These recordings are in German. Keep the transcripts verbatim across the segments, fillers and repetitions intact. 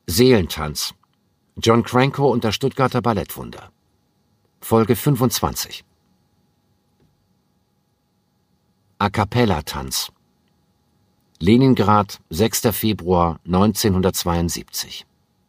Seelentanz. John Cranko und das Stuttgarter Ballettwunder. Folge fünfundzwanzig. A cappella-Tanz. Leningrad, sechster Februar neunzehnhundertzweiundsiebzig.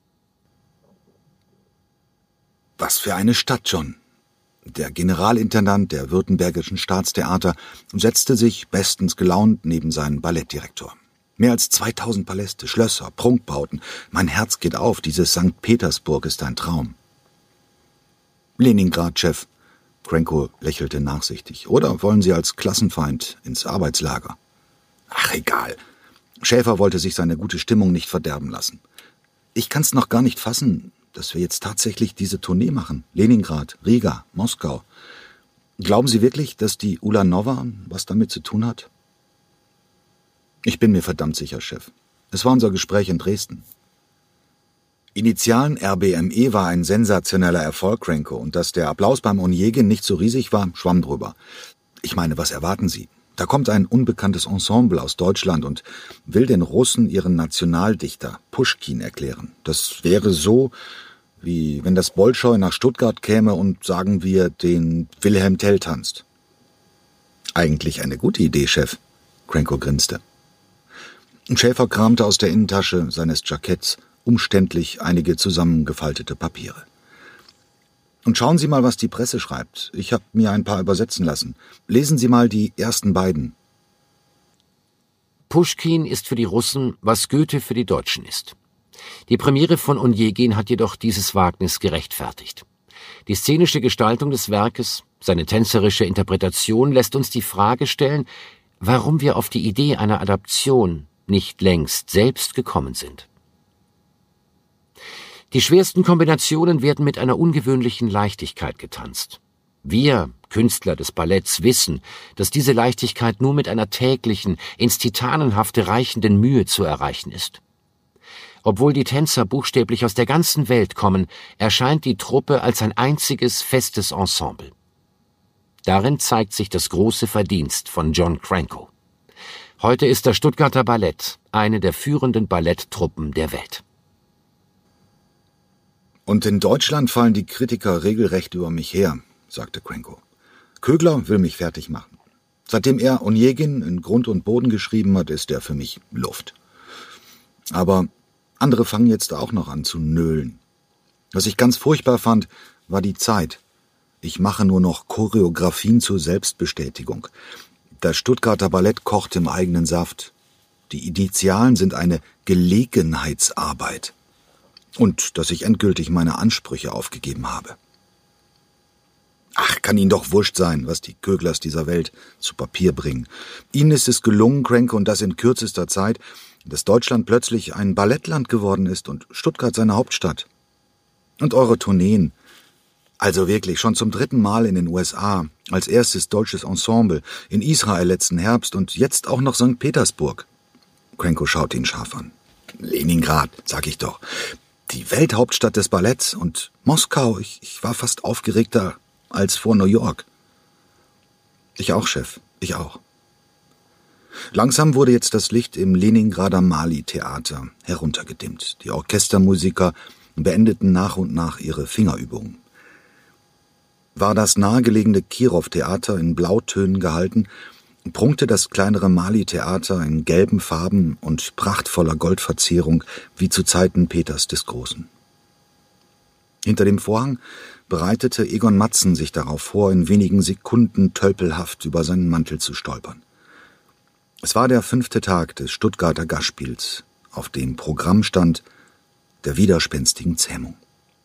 Was für eine Stadt, John. Der Generalintendant der Württembergischen Staatstheater setzte sich bestens gelaunt neben seinen Ballettdirektor. Mehr als zweitausend Paläste, Schlösser, Prunkbauten. Mein Herz geht auf, dieses Sankt Petersburg ist ein Traum. Leningrad, Chef. Cranko lächelte nachsichtig. Oder wollen Sie als Klassenfeind ins Arbeitslager? Ach, egal. Schäfer wollte sich seine gute Stimmung nicht verderben lassen. Ich kann's noch gar nicht fassen, dass wir jetzt tatsächlich diese Tournee machen. Leningrad, Riga, Moskau. Glauben Sie wirklich, dass die Ulanova was damit zu tun hat? Ich bin mir verdammt sicher, Chef. Es war unser Gespräch in Dresden. Initialen R B M E war ein sensationeller Erfolg, Cranko, und dass der Applaus beim Onegin nicht so riesig war, schwamm drüber. Ich meine, was erwarten Sie? Da kommt ein unbekanntes Ensemble aus Deutschland und will den Russen ihren Nationaldichter Puschkin erklären. Das wäre so, wie wenn das Bolschoi nach Stuttgart käme und, sagen wir, den Wilhelm Tell tanzt. Eigentlich eine gute Idee, Chef, Cranko grinste. Schäfer kramte aus der Innentasche seines Jacketts umständlich einige zusammengefaltete Papiere. Und schauen Sie mal, was die Presse schreibt. Ich habe mir ein paar übersetzen lassen. Lesen Sie mal die ersten beiden. Puschkin ist für die Russen, was Goethe für die Deutschen ist. Die Premiere von Onegin hat jedoch dieses Wagnis gerechtfertigt. Die szenische Gestaltung des Werkes, seine tänzerische Interpretation lässt uns die Frage stellen, warum wir auf die Idee einer Adaption nicht längst selbst gekommen sind. Die schwersten Kombinationen werden mit einer ungewöhnlichen Leichtigkeit getanzt. Wir, Künstler des Balletts, wissen, dass diese Leichtigkeit nur mit einer täglichen, ins Titanenhafte reichenden Mühe zu erreichen ist. Obwohl die Tänzer buchstäblich aus der ganzen Welt kommen, erscheint die Truppe als ein einziges, festes Ensemble. Darin zeigt sich das große Verdienst von John Cranko. Heute ist das Stuttgarter Ballett eine der führenden Balletttruppen der Welt. Und in Deutschland fallen die Kritiker regelrecht über mich her, sagte Cranko. Kögler will mich fertig machen. Seitdem er Onegin in Grund und Boden geschrieben hat, ist er für mich Luft. Aber andere fangen jetzt auch noch an zu nölen. Was ich ganz furchtbar fand, war die Zeit. Ich mache nur noch Choreografien zur Selbstbestätigung. Das Stuttgarter Ballett kocht im eigenen Saft. Die Initialen sind eine Gelegenheitsarbeit. Und dass ich endgültig meine Ansprüche aufgegeben habe. Ach, kann Ihnen doch wurscht sein, was die Köglers dieser Welt zu Papier bringen. Ihnen ist es gelungen, Cranko, und das in kürzester Zeit, dass Deutschland plötzlich ein Ballettland geworden ist und Stuttgart seine Hauptstadt. Und eure Tourneen. Also wirklich, schon zum dritten Mal in den U S A, als erstes deutsches Ensemble, in Israel letzten Herbst und jetzt auch noch Sankt Petersburg. Cranko schaut ihn scharf an. Leningrad, sag ich doch. Die Welthauptstadt des Balletts und Moskau, ich, ich war fast aufgeregter als vor New York. Ich auch, Chef, ich auch. Langsam wurde jetzt das Licht im Leningrader Mali-Theater heruntergedimmt. Die Orchestermusiker beendeten nach und nach ihre Fingerübungen. War das nahegelegene Kirov-Theater in Blautönen gehalten, prunkte das kleinere Mali-Theater in gelben Farben und prachtvoller Goldverzierung wie zu Zeiten Peters des Großen. Hinter dem Vorhang bereitete Egon Matzen sich darauf vor, in wenigen Sekunden tölpelhaft über seinen Mantel zu stolpern. Es war der fünfte Tag des Stuttgarter Gastspiels, auf dem Programm stand der widerspenstigen Zähmung.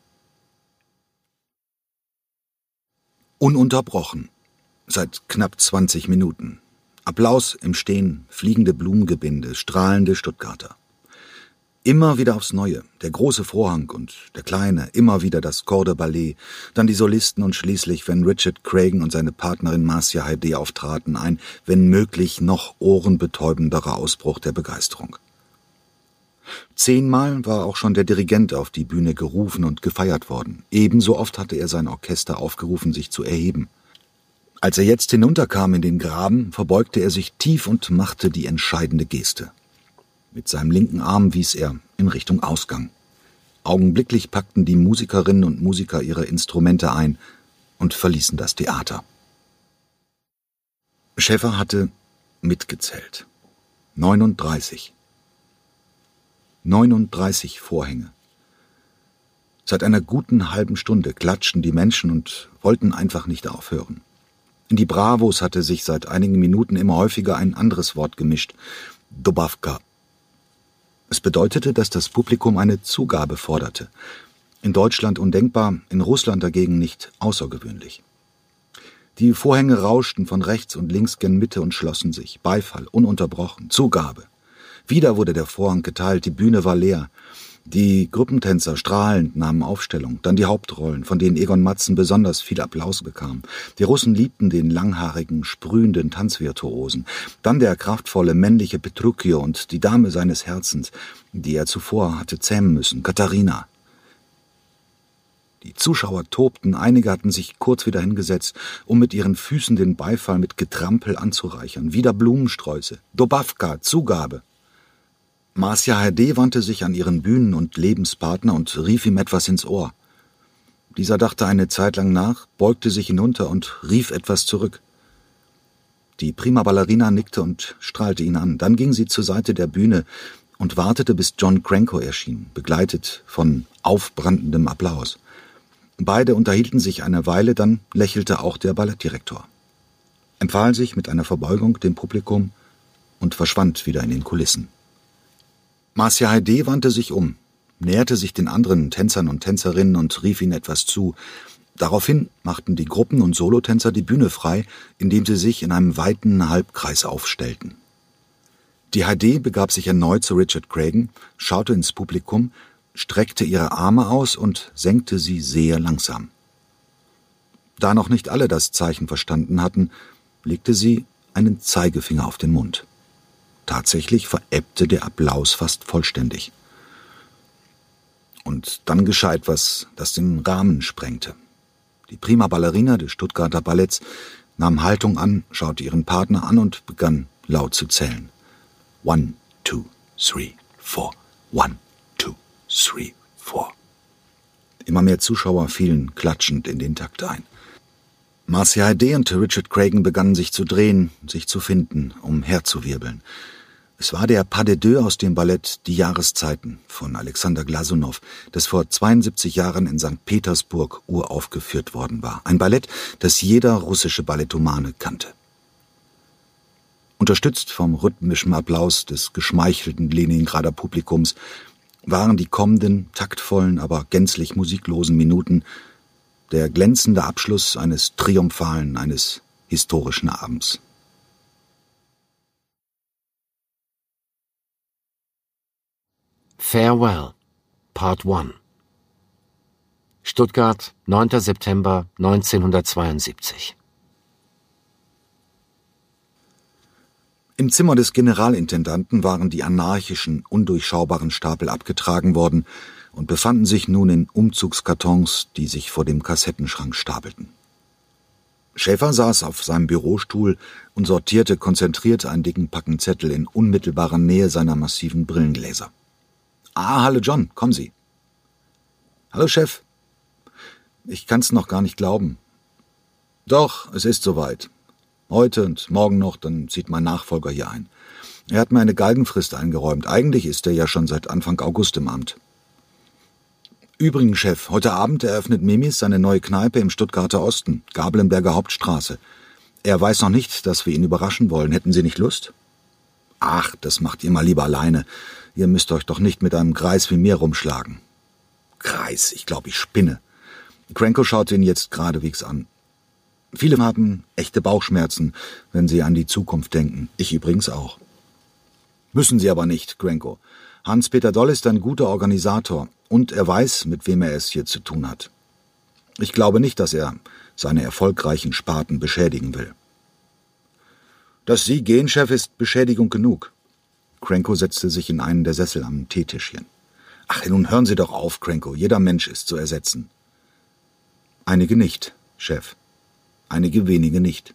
Ununterbrochen, seit knapp zwanzig Minuten. Applaus im Stehen, fliegende Blumengebinde, strahlende Stuttgarter. Immer wieder aufs Neue, der große Vorhang und der kleine, immer wieder das Corps de Ballet, dann die Solisten und schließlich, wenn Richard Cragen und seine Partnerin Marcia Haydée auftraten, ein, wenn möglich, noch ohrenbetäubenderer Ausbruch der Begeisterung. Zehnmal war auch schon der Dirigent auf die Bühne gerufen und gefeiert worden. Ebenso oft hatte er sein Orchester aufgerufen, sich zu erheben. Als er jetzt hinunterkam in den Graben, verbeugte er sich tief und machte die entscheidende Geste. Mit seinem linken Arm wies er in Richtung Ausgang. Augenblicklich packten die Musikerinnen und Musiker ihre Instrumente ein und verließen das Theater. Schäfer hatte mitgezählt. neununddreißig. neununddreißig Vorhänge. Seit einer guten halben Stunde klatschten die Menschen und wollten einfach nicht aufhören. In die Bravos hatte sich seit einigen Minuten immer häufiger ein anderes Wort gemischt: Dobawka. Es bedeutete, dass das Publikum eine Zugabe forderte. In Deutschland undenkbar, in Russland dagegen nicht außergewöhnlich. Die Vorhänge rauschten von rechts und links gen Mitte und schlossen sich. Beifall, ununterbrochen, Zugabe. Wieder wurde der Vorhang geteilt, die Bühne war leer. Die Gruppentänzer strahlend nahmen Aufstellung, dann die Hauptrollen, von denen Egon Matzen besonders viel Applaus bekam. Die Russen liebten den langhaarigen, sprühenden Tanzvirtuosen. Dann der kraftvolle männliche Petruchio und die Dame seines Herzens, die er zuvor hatte zähmen müssen, Katharina. Die Zuschauer tobten, einige hatten sich kurz wieder hingesetzt, um mit ihren Füßen den Beifall mit Getrampel anzureichern. Wieder Blumensträuße, Dobawka, Zugabe. Marcia Herde wandte sich an ihren Bühnen- und Lebenspartner und rief ihm etwas ins Ohr. Dieser dachte eine Zeit lang nach, beugte sich hinunter und rief etwas zurück. Die Prima Ballerina nickte und strahlte ihn an. Dann ging sie zur Seite der Bühne und wartete, bis John Cranko erschien, begleitet von aufbrandendem Applaus. Beide unterhielten sich eine Weile, dann lächelte auch der Ballettdirektor, empfahl sich mit einer Verbeugung dem Publikum und verschwand wieder in den Kulissen. Marcia Herde wandte sich um, näherte sich den anderen Tänzern und Tänzerinnen und rief ihnen etwas zu. Daraufhin machten die Gruppen- und Solotänzer die Bühne frei, indem sie sich in einem weiten Halbkreis aufstellten. Die Herde begab sich erneut zu Richard Cragen, schaute ins Publikum, streckte ihre Arme aus und senkte sie sehr langsam. Da noch nicht alle das Zeichen verstanden hatten, legte sie einen Zeigefinger auf den Mund. Tatsächlich verebbte der Applaus fast vollständig. Und dann geschah etwas, das den Rahmen sprengte. Die Prima Ballerina des Stuttgarter Balletts nahm Haltung an, schaute ihren Partner an und begann laut zu zählen. One, two, three, four. One, two, three, four. Immer mehr Zuschauer fielen klatschend in den Takt ein. Marcia Herde und Richard Cragen begannen sich zu drehen, sich zu finden, umherzuwirbeln. Es war der Pas de deux aus dem Ballett Die Jahreszeiten von Alexander Glasunow, das vor zweiundsiebzig Jahren in Sankt Petersburg uraufgeführt worden war. Ein Ballett, das jeder russische Ballettomane kannte. Unterstützt vom rhythmischen Applaus des geschmeichelten Leningrader Publikums waren die kommenden, taktvollen, aber gänzlich musiklosen Minuten der glänzende Abschluss eines triumphalen, eines historischen Abends. Farewell, Part eins. Stuttgart, neunter September neunzehnhundertzweiundsiebzig. Im Zimmer des Generalintendanten waren die anarchischen, undurchschaubaren Stapel abgetragen worden und befanden sich nun in Umzugskartons, die sich vor dem Kassettenschrank stapelten. Schäfer saß auf seinem Bürostuhl und sortierte konzentriert einen dicken Packen Zettel in unmittelbarer Nähe seiner massiven Brillengläser. »Ah, hallo John, kommen Sie.« »Hallo Chef. Ich kann's noch gar nicht glauben.« »Doch, es ist soweit. Heute und morgen noch, dann zieht mein Nachfolger hier ein. Er hat mir eine Galgenfrist eingeräumt. Eigentlich ist er ja schon seit Anfang August im Amt.« »Übrigens, Chef, heute Abend eröffnet Mimis seine neue Kneipe im Stuttgarter Osten, Gabelenberger Hauptstraße. Er weiß noch nicht, dass wir ihn überraschen wollen. Hätten Sie nicht Lust?« »Ach, das macht ihr mal lieber alleine. Ihr müsst euch doch nicht mit einem Greis wie mir rumschlagen.« »Greis, ich glaube, ich spinne.« Cranko schaute ihn jetzt geradewegs an. »Viele haben echte Bauchschmerzen, wenn sie an die Zukunft denken. Ich übrigens auch.« »Müssen Sie aber nicht, Cranko. Hans-Peter Doll ist ein guter Organisator und er weiß, mit wem er es hier zu tun hat. Ich glaube nicht, dass er seine erfolgreichen Sparten beschädigen will.« »Dass Sie gehen, Chef, ist Beschädigung genug.« Cranko setzte sich in einen der Sessel am Teetischchen. »Ach, nun hören Sie doch auf, Cranko. Jeder Mensch ist zu ersetzen.« »Einige nicht, Chef. Einige wenige nicht.«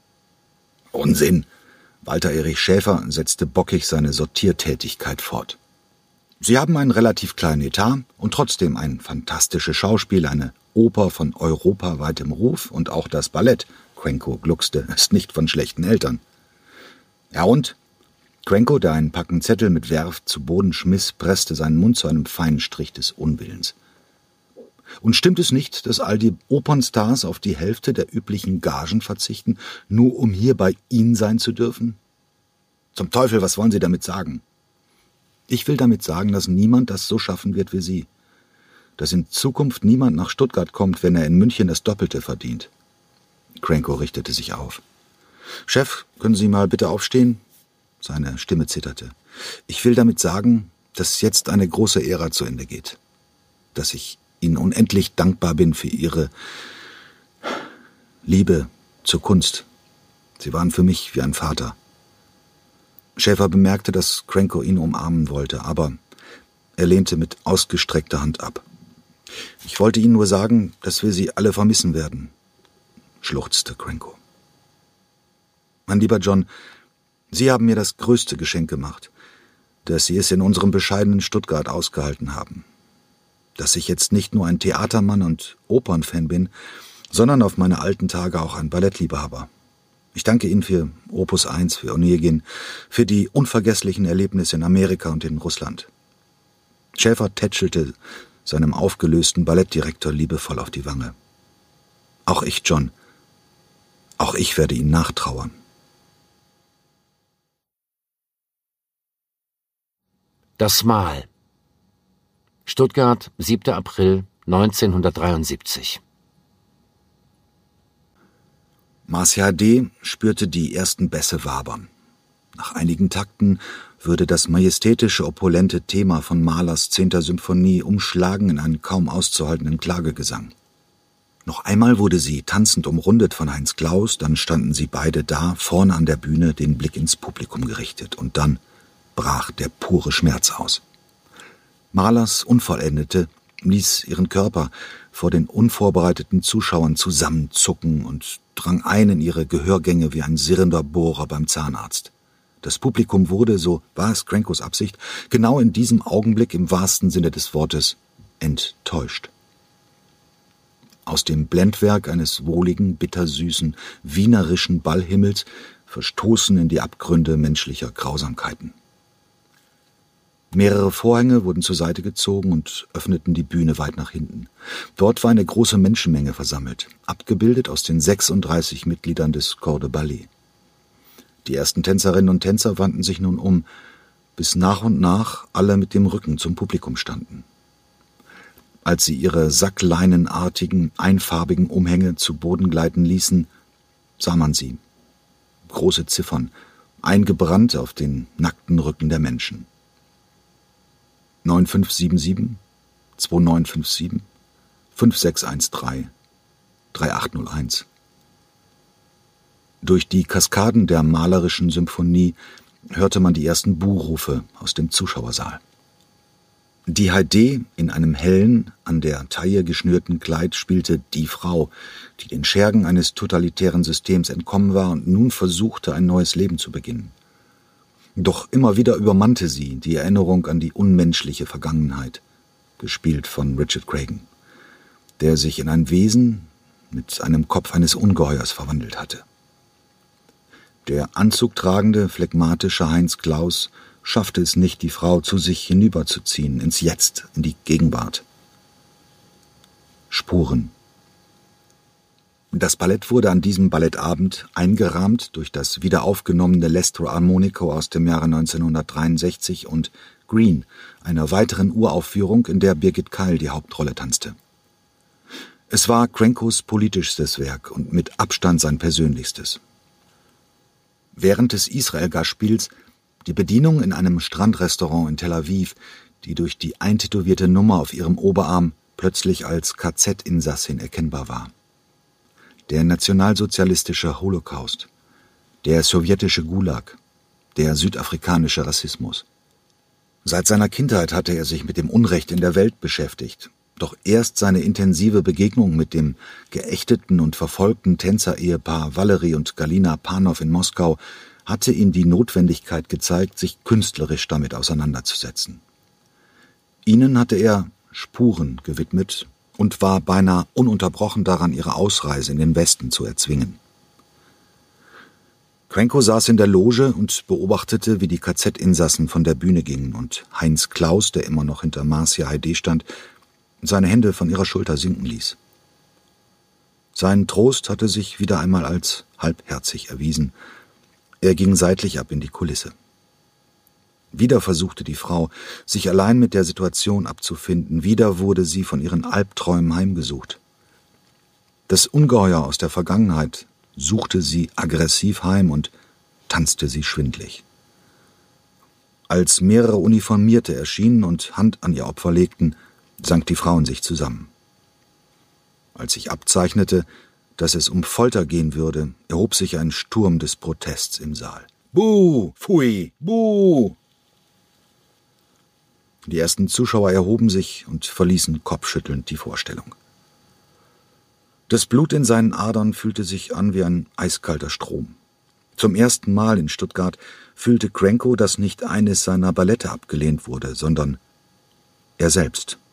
»Unsinn!« Walter Erich Schäfer setzte bockig seine Sortiertätigkeit fort. Sie haben einen relativ kleinen Etat und trotzdem ein fantastisches Schauspiel, eine Oper von europaweitem Ruf und auch das Ballett, Quenko gluckste, ist nicht von schlechten Eltern. Ja und? Quenko, der einen Packen Zettel mit Werf zu Boden schmiss, presste seinen Mund zu einem feinen Strich des Unwillens. Und stimmt es nicht, dass all die Opernstars auf die Hälfte der üblichen Gagen verzichten, nur um hier bei Ihnen sein zu dürfen? Zum Teufel, was wollen Sie damit sagen? Ich will damit sagen, dass niemand das so schaffen wird wie Sie. Dass in Zukunft niemand nach Stuttgart kommt, wenn er in München das Doppelte verdient. Quenko richtete sich auf. »Chef, können Sie mal bitte aufstehen?« Seine Stimme zitterte. »Ich will damit sagen, dass jetzt eine große Ära zu Ende geht. Dass ich Ihnen unendlich dankbar bin für Ihre Liebe zur Kunst. Sie waren für mich wie ein Vater.« Schäfer bemerkte, dass Quenko ihn umarmen wollte, aber er lehnte mit ausgestreckter Hand ab. »Ich wollte Ihnen nur sagen, dass wir Sie alle vermissen werden«, schluchzte Quenko. »Mein lieber John, Sie haben mir das größte Geschenk gemacht, dass Sie es in unserem bescheidenen Stuttgart ausgehalten haben. Dass ich jetzt nicht nur ein Theatermann und Opernfan bin, sondern auf meine alten Tage auch ein Ballettliebhaber. Ich danke Ihnen für Opus eins, für Onegin, für die unvergesslichen Erlebnisse in Amerika und in Russland.« Schäfer tätschelte seinem aufgelösten Ballettdirektor liebevoll auf die Wange. »Auch ich, John, auch ich werde Ihnen nachtrauern.« Das Mahl. Stuttgart, siebter April neunzehnhundertdreiundsiebzig. Marcia D. spürte die ersten Bässe wabern. Nach einigen Takten würde das majestätische, opulente Thema von Mahlers zehnter Symphonie umschlagen in einen kaum auszuhaltenden Klagegesang. Noch einmal wurde sie tanzend umrundet von Heinz Claus, dann standen sie beide da, vorne an der Bühne, den Blick ins Publikum gerichtet, und dann brach der pure Schmerz aus. Mahlers Unvollendete ließ ihren Körper vor den unvorbereiteten Zuschauern zusammenzucken und drang ein in ihre Gehörgänge wie ein sirrender Bohrer beim Zahnarzt. Das Publikum wurde, so war es Quenkos Absicht, genau in diesem Augenblick im wahrsten Sinne des Wortes enttäuscht. Aus dem Blendwerk eines wohligen, bittersüßen, wienerischen Ballhimmels verstoßen in die Abgründe menschlicher Grausamkeiten. Mehrere Vorhänge wurden zur Seite gezogen und öffneten die Bühne weit nach hinten. Dort war eine große Menschenmenge versammelt, abgebildet aus den sechsunddreißig Mitgliedern des Corps de Ballet. Die ersten Tänzerinnen und Tänzer wandten sich nun um, bis nach und nach alle mit dem Rücken zum Publikum standen. Als sie ihre sackleinenartigen, einfarbigen Umhänge zu Boden gleiten ließen, sah man sie. Große Ziffern, eingebrannt auf den nackten Rücken der Menschen. neun fünf sieben sieben, zwei neun fünf sieben, fünf sechs eins drei, drei acht null eins. Durch die Kaskaden der malerischen Symphonie hörte man die ersten Buhrufe aus dem Zuschauersaal. Die Haydée in einem hellen, an der Taille geschnürten Kleid spielte die Frau, die den Schergen eines totalitären Systems entkommen war und nun versuchte, ein neues Leben zu beginnen. Doch immer wieder übermannte sie die Erinnerung an die unmenschliche Vergangenheit, gespielt von Richard Cragen, der sich in ein Wesen mit einem Kopf eines Ungeheuers verwandelt hatte. Der anzugtragende, phlegmatische Heinz Claus schaffte es nicht, die Frau zu sich hinüberzuziehen, ins Jetzt, in die Gegenwart. Spuren. Das Ballett wurde an diesem Ballettabend eingerahmt durch das wiederaufgenommene L'Estro Armonico aus dem Jahre neunzehnhundertdreiundsechzig und Green, einer weiteren Uraufführung, in der Birgit Keil die Hauptrolle tanzte. Es war Quenkos politischstes Werk und mit Abstand sein persönlichstes. Während des Israel-Gastspiels die Bedienung in einem Strandrestaurant in Tel Aviv, die durch die eintätowierte Nummer auf ihrem Oberarm plötzlich als K Z-Insassin erkennbar war. Der nationalsozialistische Holocaust, der sowjetische Gulag, der südafrikanische Rassismus. Seit seiner Kindheit hatte er sich mit dem Unrecht in der Welt beschäftigt. Doch erst seine intensive Begegnung mit dem geächteten und verfolgten Tänzer-Ehepaar Valery und Galina Panow in Moskau hatte ihm die Notwendigkeit gezeigt, sich künstlerisch damit auseinanderzusetzen. Ihnen hatte er Spuren gewidmet und war beinahe ununterbrochen daran, ihre Ausreise in den Westen zu erzwingen. Cranko saß in der Loge und beobachtete, wie die K Z-Insassen von der Bühne gingen und Heinz Klaus, der immer noch hinter Marcia Heide stand, seine Hände von ihrer Schulter sinken ließ. Sein Trost hatte sich wieder einmal als halbherzig erwiesen. Er ging seitlich ab in die Kulisse. Wieder versuchte die Frau, sich allein mit der Situation abzufinden. Wieder wurde sie von ihren Albträumen heimgesucht. Das Ungeheuer aus der Vergangenheit suchte sie aggressiv heim und tanzte sie schwindlig. Als mehrere Uniformierte erschienen und Hand an ihr Opfer legten, sank die Frau in sich zusammen. Als sich abzeichnete, dass es um Folter gehen würde, erhob sich ein Sturm des Protests im Saal. Buh, pfui, buh! Die ersten Zuschauer erhoben sich und verließen kopfschüttelnd die Vorstellung. Das Blut in seinen Adern fühlte sich an wie ein eiskalter Strom. Zum ersten Mal in Stuttgart fühlte Cranko, dass nicht eines seiner Ballette abgelehnt wurde, sondern er selbst.